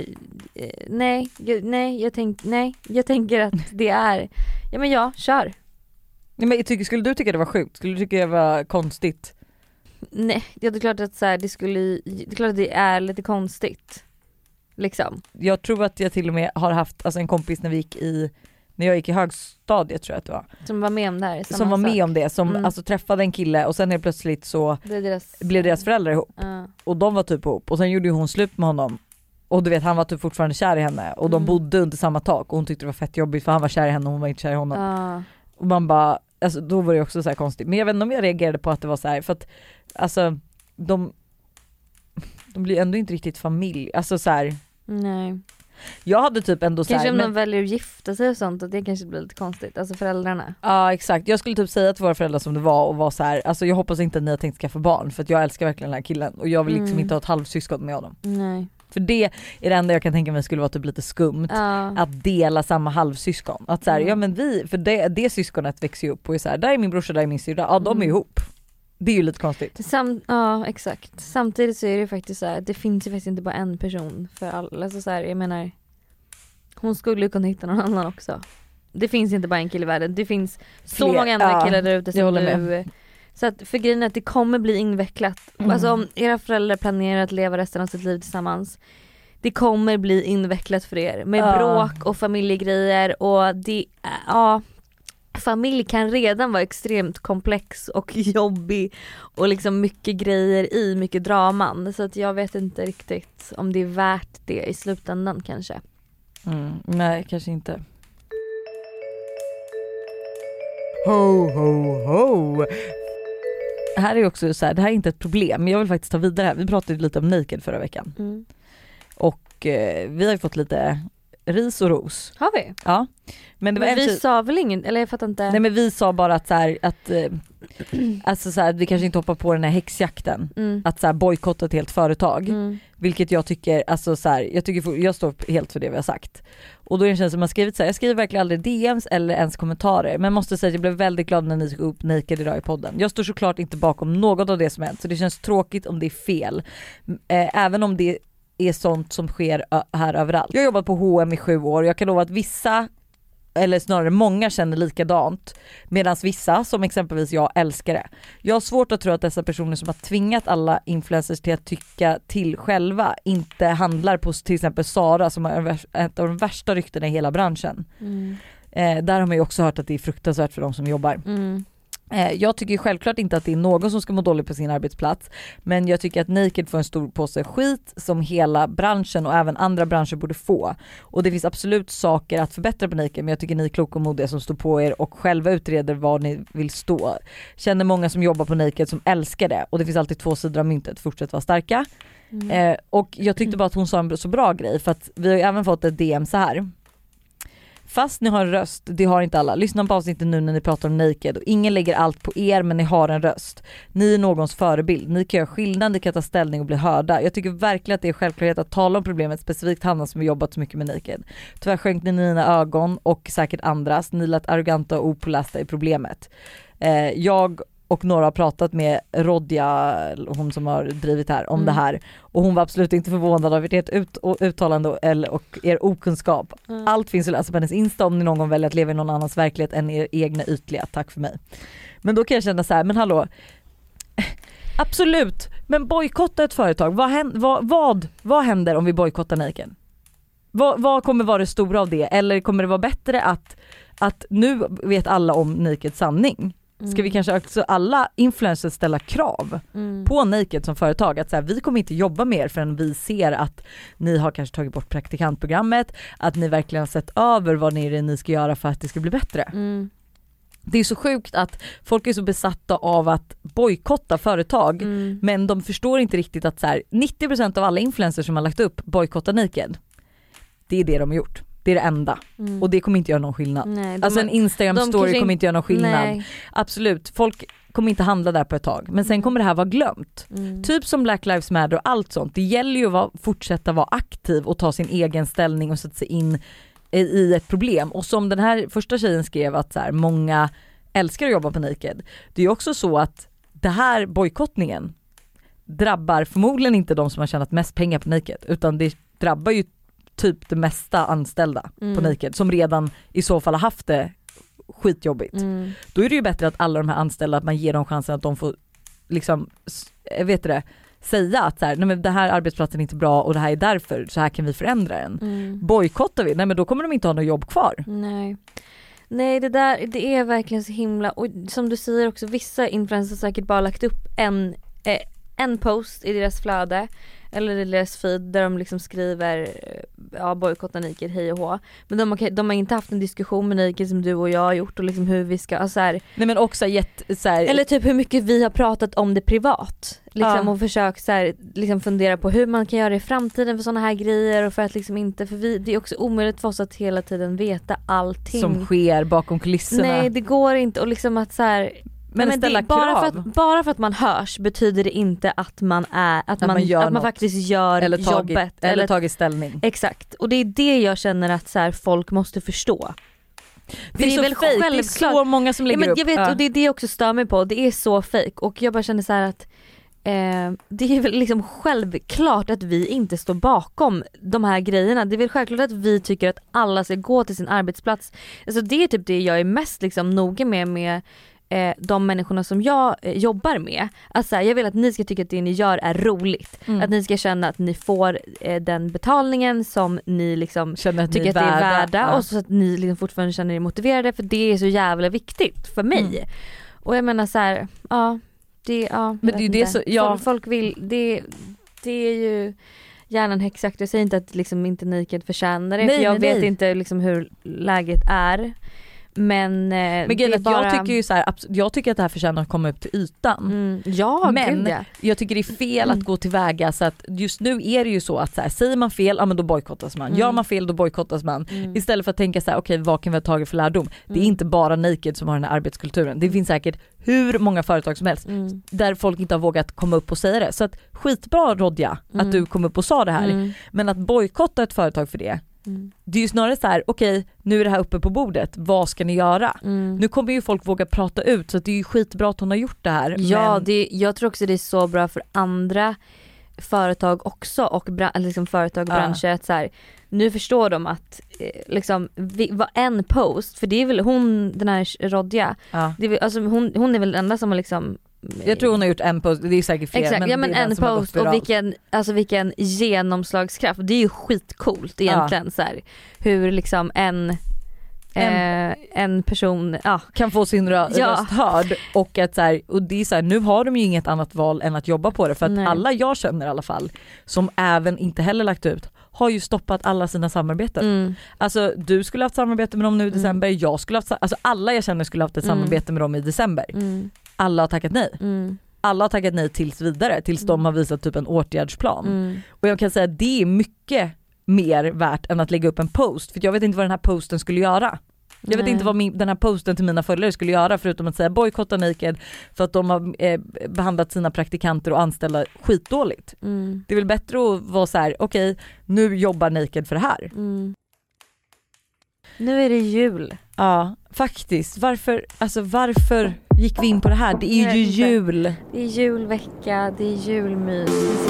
Speaker 2: jag tänker att det är, ja men ja, kör.
Speaker 1: Nej, men skulle du tycka det var sjukt? Skulle du tycka det var konstigt?
Speaker 2: Nej, det är klart att så här, det är klart att det är lite konstigt. Liksom.
Speaker 1: Jag tror att jag till och med har haft en kompis när jag gick i högstadiet, tror jag att det var.
Speaker 2: Som var med om det här.
Speaker 1: Som var med om det, som träffade en kille och sen helt plötsligt så blev deras föräldrar ihop. Och de var typ ihop och sen gjorde hon slut med honom. Och du vet, han var typ fortfarande kär i henne och de bodde under samma tak och hon tyckte det var fett jobbigt för han var kär i henne och hon var inte kär i honom. Och man bara, alltså då var det också så här konstigt. Men jag vet inte om jag reagerade på att det var så här, för att alltså de blir ändå inte riktigt familj. Alltså så här. Nej. Jag hade typ ändå
Speaker 2: kanske om de väljer att gifta sig och sånt, att det kanske blir lite konstigt, alltså föräldrarna.
Speaker 1: Ja exakt, jag skulle typ säga till våra föräldrar som det var och var så här, alltså jag hoppas inte att ni har tänkt skaffa barn, för att jag älskar verkligen den här killen och jag vill liksom inte ha ett halvsyskon med honom. Nej. För det är det enda jag kan tänka mig skulle vara typ lite skumt, att dela samma halvsyskon. Att så här, ja men för det syskonet växer ju upp och är så här, där är min brorsa, där är min syrra, ja de är ihop. Det är ju lite konstigt.
Speaker 2: Ja exakt. Samtidigt så är det faktiskt så här, det finns ju faktiskt inte bara en person för alla, alltså så här, jag menar, hon skulle ju kunna hitta någon annan också. Det finns inte bara en kille i världen. Det finns så många andra killar där ute som du. Så att för grejen är att det kommer bli invecklat. Alltså om era föräldrar planerar att leva resten av sitt liv tillsammans, det kommer bli invecklat för er. Med bråk och familjegrejer. Och det, familj kan redan vara extremt komplex och jobbig. Och liksom mycket grejer mycket draman. Så att jag vet inte riktigt om det är värt det i slutändan kanske.
Speaker 1: Nej, kanske inte. Ho, ho, ho. Här är också så här, det här är inte ett problem, men jag vill faktiskt ta vidare här. Vi pratade lite om Naked förra veckan. Och vi har ju fått lite ris och ros.
Speaker 2: Har vi?
Speaker 1: Ja. Men vi
Speaker 2: sa väl ingen, eller jag fattar inte.
Speaker 1: Nej men vi sa bara att så här, alltså så här, vi kanske inte hoppar på den här häxjakten. Att så här bojkotta ett helt företag. Vilket jag tycker, alltså så här, jag står helt för det vi har sagt. Och då är det känns som man skrivit så här, jag skriver verkligen aldrig DMs eller ens kommentarer, men måste säga att jag blev väldigt glad när ni tog upp Naked idag i podden. Jag står såklart inte bakom något av det som hänt, så det känns tråkigt om det är fel. Även om det är sånt som sker här överallt. Jag har jobbat på H&M i 7 år och jag kan lova att vissa, eller snarare många, känner likadant, medan vissa, som exempelvis jag, älskar det. Jag har svårt att tro att dessa personer som har tvingat alla influencers till att tycka till själva inte handlar på till exempel Sara, som har ett av de värsta ryktena i hela branschen. Där har man ju också hört att det är fruktansvärt för de som jobbar. Jag tycker självklart inte att det är någon som ska må dåligt på sin arbetsplats, men jag tycker att Naked får en stor påse skit som hela branschen och även andra branscher borde få. Och det finns absolut saker att förbättra på Naked, men jag tycker ni är kloka och modiga som står på er och själva utreder var ni vill stå. Känner många som jobbar på Naked som älskar det, och det finns alltid två sidor av myntet. Fortsätt vara starka. Och jag tyckte bara att hon sa en så bra grej, för att vi har ju även fått ett DM så här: fast ni har en röst, det har inte alla. Lyssna på avsnittet nu när ni pratar om Naked, och ingen lägger allt på er, men ni har en röst. Ni är någons förebild. Ni kan göra skillnad, ni kan ta ställning och bli hörda. Jag tycker verkligen att det är självklart att tala om problemet, specifikt Hanna som har jobbat så mycket med Naked. Tyvärr sjönk ni i mina ögon och säkert andras. Ni lät arroganta och opålästa i problemet. Jag och några har pratat med Rodja, hon som har drivit här, om det här. Och hon var absolut inte förvånad över ert uttalande och er okunskap. Allt finns att läsa på hennes Insta om ni någon gång väljer att leva i någon annans verklighet än er egna ytliga. Tack för mig. Men då kan jag känna så här, men hallå. Absolut, men bojkotta ett företag. Vad händer om vi bojkottar Naked? Vad kommer vara det stora av det? Eller kommer det vara bättre att nu vet alla om Naked sanning? Ska vi kanske också alla influencers ställa krav på Naked som företag, att så här, vi kommer inte jobba mer förrän vi ser att ni har kanske tagit bort praktikantprogrammet, att ni verkligen har sett över vad ni ska göra för att det ska bli bättre. Det är så sjukt att folk är så besatta av att bojkotta företag, men de förstår inte riktigt att så här, 90% av alla influencers som har lagt upp bojkotta Naked, det är det de har gjort. Det är det enda. Och det kommer inte göra någon skillnad. Nej, alltså en Instagram-story kommer inte göra någon skillnad. Nej. Absolut, folk kommer inte handla där på ett tag. Men sen kommer det här vara glömt. Typ som Black Lives Matter och allt sånt. Det gäller ju att fortsätta vara aktiv och ta sin egen ställning och sätta sig in i ett problem. Och som den här första tjejen skrev, att så här, många älskar att jobba på Naked. Det är också så att det här bojkottningen drabbar förmodligen inte de som har tjänat mest pengar på Naked, utan det drabbar ju typ det mesta anställda på Naked som redan i så fall har haft det skitjobbigt. Då är det ju bättre att alla de här anställda, att man ger dem chansen att de får liksom, säga att så här, nej men det här arbetsplatsen är inte bra och det här är därför, så här kan vi förändra den. Bojkottar vi, nej men då kommer de inte ha något jobb kvar.
Speaker 2: Nej, det är verkligen så himla, och som du säger också, vissa influencers har säkert bara lagt upp en post i deras flöde eller i deras feed där de liksom skriver bojkotta Naked, hej och hå. Men de har inte haft en diskussion med Naked som du och jag har gjort, och liksom hur vi ska, alltså här,
Speaker 1: nej men också så här,
Speaker 2: eller typ hur mycket vi har pratat om det privat liksom, och försökt så här, liksom fundera på hur man kan göra i framtiden för såna här grejer, och för att liksom inte, för det är också omöjligt för oss att hela tiden veta allting
Speaker 1: som sker bakom kulisserna.
Speaker 2: Nej, det går inte, och liksom att så här, men ställa krav. Bara för att man hörs betyder det inte att man faktiskt gör
Speaker 1: eller
Speaker 2: jobbet
Speaker 1: eller tagit ställning.
Speaker 2: Exakt. Och det är det jag känner att så här, folk måste förstå.
Speaker 1: Det är väl fake. Det är så många som lägger upp.
Speaker 2: Jag vet, och det är det jag också stör mig på. Det är så fake, och jag bara känner så här att det är väl liksom självklart att vi inte står bakom de här grejerna. Det är väl självklart att vi tycker att alla ska gå till sin arbetsplats. Alltså det är typ det jag är mest liksom noga med de människorna som jag jobbar med. Alltså, jag vill att ni ska tycka att det ni gör är roligt. Att ni ska känna att ni får den betalningen som ni liksom tycker att det är värda, och så att ni liksom fortfarande känner er motiverade, för det är så jävla viktigt för mig. Och jag menar så här, men det är det så, folk vill, det är ju hjärnan exakt. Jag säger inte att liksom inte Naked förtjänar det, för jag vet inte liksom hur läget är. Men
Speaker 1: det bara... jag tycker ju så här, jag tycker att det här förtjänar att komma upp till ytan. Men jag tycker det är fel att gå tillväga så att just nu är det ju så att så här, säger man fel, men då bojkottas man. Gör man fel, då bojkottas man. Istället för att tänka så här, okej, vad kan vi ha tagit för lärdom? Det är inte bara Naked som har den här arbetskulturen. Det finns säkert hur många företag som helst där folk inte har vågat komma upp och säga det. Så att skitbra, Rodja, att du kom upp och sa det här. Men att bojkotta ett företag för det, det är ju snarare så här, okej, nu är det här uppe på bordet, vad ska ni göra? Nu kommer ju folk våga prata ut, så att det är ju skitbra att hon har gjort det här.
Speaker 2: Ja, jag tror också det är så bra för andra företag också, och liksom företag och branscher, att så här, nu förstår de att liksom, vad en post, för det är väl hon, den här Rodja, det är väl, alltså, hon är väl den enda som har liksom,
Speaker 1: jag tror hon har gjort en post, det är säkert fler.
Speaker 2: Exakt, men en post, och vilken genomslagskraft. Det är ju skitcoolt egentligen, så här, hur liksom en person
Speaker 1: kan få sin röst hörd och att så här, och det är så här, nu har de ju inget annat val än att jobba på det för att alla jag känner i alla fall som även inte heller lagt ut har ju stoppat alla sina samarbeten. Alltså du skulle haft samarbete med dem nu i december, jag skulle haft, alltså alla jag känner skulle haft ett samarbete med dem i december. Alla har tackat nej. Alla har tackat nej tills vidare, tills de har visat typ en åtgärdsplan. Och jag kan säga att det är mycket mer värt än att lägga upp en post, för jag vet inte vad den här posten skulle göra. Jag vet inte vad den här posten till mina följare skulle göra förutom att säga bojkotta Naked för att de har behandlat sina praktikanter och anställda skitdåligt. Det är väl bättre att vara så här: okej, nu jobbar Naked för det här.
Speaker 2: Nu är det jul.
Speaker 1: Ja, faktiskt. Varför gick vi in på det här? Det är ju jul.
Speaker 2: Det är julvecka, det är julmys.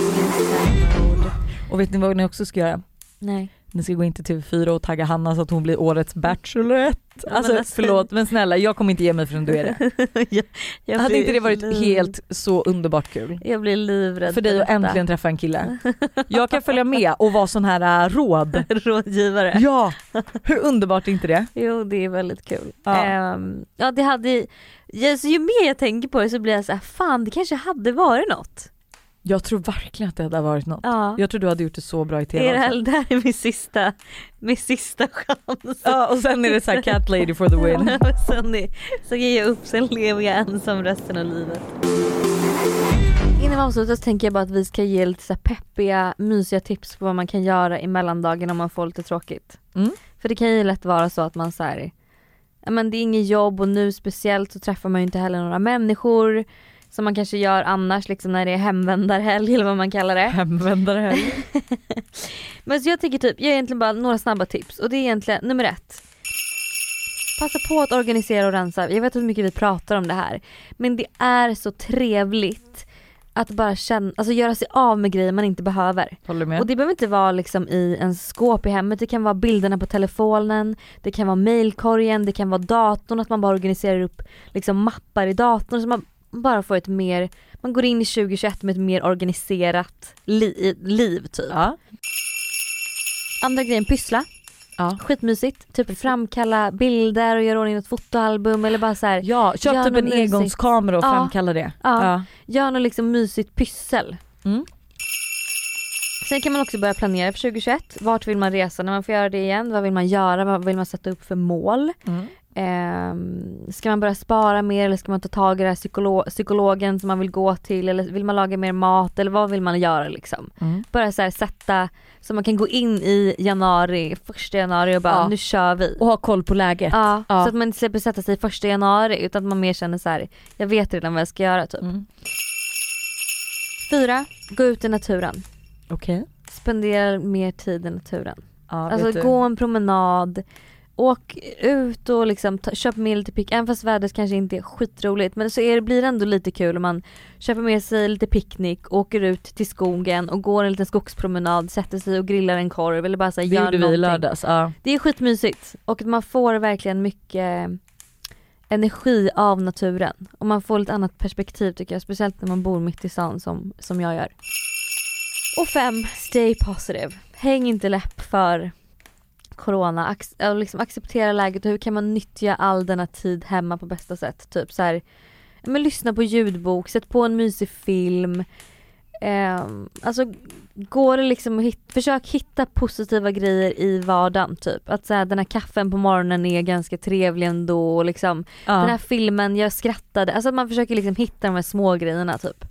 Speaker 1: Och vet ni vad ni också ska göra?
Speaker 2: Nej.
Speaker 1: Ni ska gå in till TV4 och tagga Hanna så att hon blir årets Bachelorette. Alltså förlåt, men snälla, jag kommer inte ge mig förrän du är det. Hade inte det varit helt så underbart kul?
Speaker 2: Jag blir livrädd
Speaker 1: för dig att äntligen träffa en kille. Jag kan följa med och vara sån här
Speaker 2: rådgivare.
Speaker 1: Ja, hur underbart är inte det?
Speaker 2: Jo, det är väldigt kul. Ja, det hade... Så ju mer jag tänker på det så blir jag så här, fan, det kanske hade varit något.
Speaker 1: Jag tror verkligen att det hade varit något.
Speaker 2: Ja.
Speaker 1: Jag tror du hade gjort det så bra i TV.
Speaker 2: Det här är min sista chans.
Speaker 1: Ja, och sen är det så här cat lady for the win.
Speaker 2: Så ger jag upp, sen lever jag ensam resten av livet. Innan vi avslutar så tänker jag bara att vi ska ge lite så här peppiga, mysiga tips på vad man kan göra i mellandagen om man får lite tråkigt. För det kan ju lätt vara så att man så här, men det är inget jobb och nu speciellt så träffar man ju inte heller några människor som man kanske gör annars liksom när det är hemvändarhelg eller vad man kallar det.
Speaker 1: Hemvändarhelg.
Speaker 2: Men så jag tycker typ, jag har egentligen bara några snabba tips och det är egentligen nummer 1. Passa på att organisera och rensa. Jag vet hur mycket vi pratar om det här, men det är så trevligt att bara känna, alltså göra sig av med grejer man inte behöver.
Speaker 1: Håller med.
Speaker 2: Och det behöver inte vara liksom i en skåp i hemmet. Det kan vara bilderna på telefonen, det kan vara mailkorgen, det kan vara datorn, att man bara organiserar upp liksom mappar i datorn så man bara får ett mer, man går in i 2021 med ett mer organiserat liv typ.
Speaker 1: Ja.
Speaker 2: Andra grejen, pyssla.
Speaker 1: Ja.
Speaker 2: Skitmysigt. Typ framkalla bilder och göra ordning ett fotoalbum eller bara så här.
Speaker 1: Ja, köp typ en engångskamera och framkalla det.
Speaker 2: Ja. Gör något liksom mysigt pyssel. Sen kan man också börja planera för 2021. Vart vill man resa när man får göra det igen? Vad vill man göra? Vad vill man sätta upp för mål? Ska man börja spara mer eller ska man ta tag i det här psykologen som man vill gå till eller vill man laga mer mat eller vad vill man göra liksom? Bara så här sätta så man kan gå in i första januari och bara nu kör vi.
Speaker 1: Och ha koll på läget.
Speaker 2: Så att man inte släpper sätta sig första januari utan att man mer känner så här, jag vet redan vad jag ska göra typ. 4. Gå ut i naturen.
Speaker 1: Okej.
Speaker 2: Spendera mer tid i naturen.
Speaker 1: Ja,
Speaker 2: alltså gå en promenad. Åk ut och liksom köp med lite pick. Även fast vädret kanske inte är skitroligt. Men så blir det ändå lite kul om man köper med sig lite picknick. Åker ut till skogen och går en liten skogspromenad. Sätter sig och grillar en korv. Eller bara så här, gör någonting. Vi lördags, Det är skitmysigt. Och man får verkligen mycket energi av naturen. Och man får lite annat perspektiv tycker jag. Speciellt när man bor mitt i stan som jag gör. Och 5. Stay positive. Häng inte läpp för corona, liksom acceptera läget och hur kan man nyttja all denna tid hemma på bästa sätt. Typ så här, men lyssna på ljudbok, sätt på en mysig film. Alltså går det liksom försök hitta positiva grejer i vardagen typ. Att så här, den här kaffen på morgonen är ganska trevlig ändå och liksom den här filmen, jag skrattade. Alltså att man försöker liksom hitta de här små grejerna typ.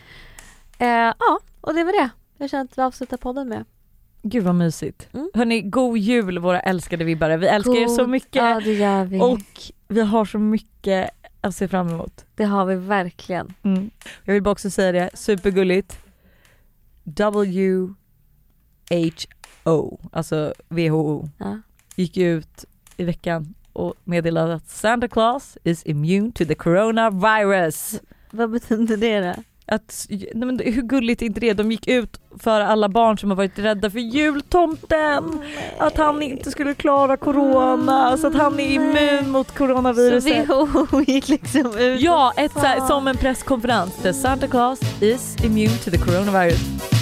Speaker 2: Och det var det. Jag känner att vi avslutar podden med.
Speaker 1: Gud vad mysigt. Hörrni, god jul våra älskade vibbare. Vi älskar er så mycket.
Speaker 2: Ja, det gör vi.
Speaker 1: Och vi har så mycket att se fram emot.
Speaker 2: Det har vi verkligen.
Speaker 1: Jag vill bara också säga det, supergulligt. WHO, alltså WHO, gick ut i veckan och meddelade att Santa Claus is immune to the coronavirus.
Speaker 2: Vad betyder det då?
Speaker 1: Hur gulligt är inte det? De gick ut för alla barn som har varit rädda för jultomten, att han inte skulle klara corona, så att han är immun mot coronaviruset.
Speaker 2: Så WHO gick liksom ut.
Speaker 1: Ja, som en presskonferens. The Santa Claus is immune to the coronavirus.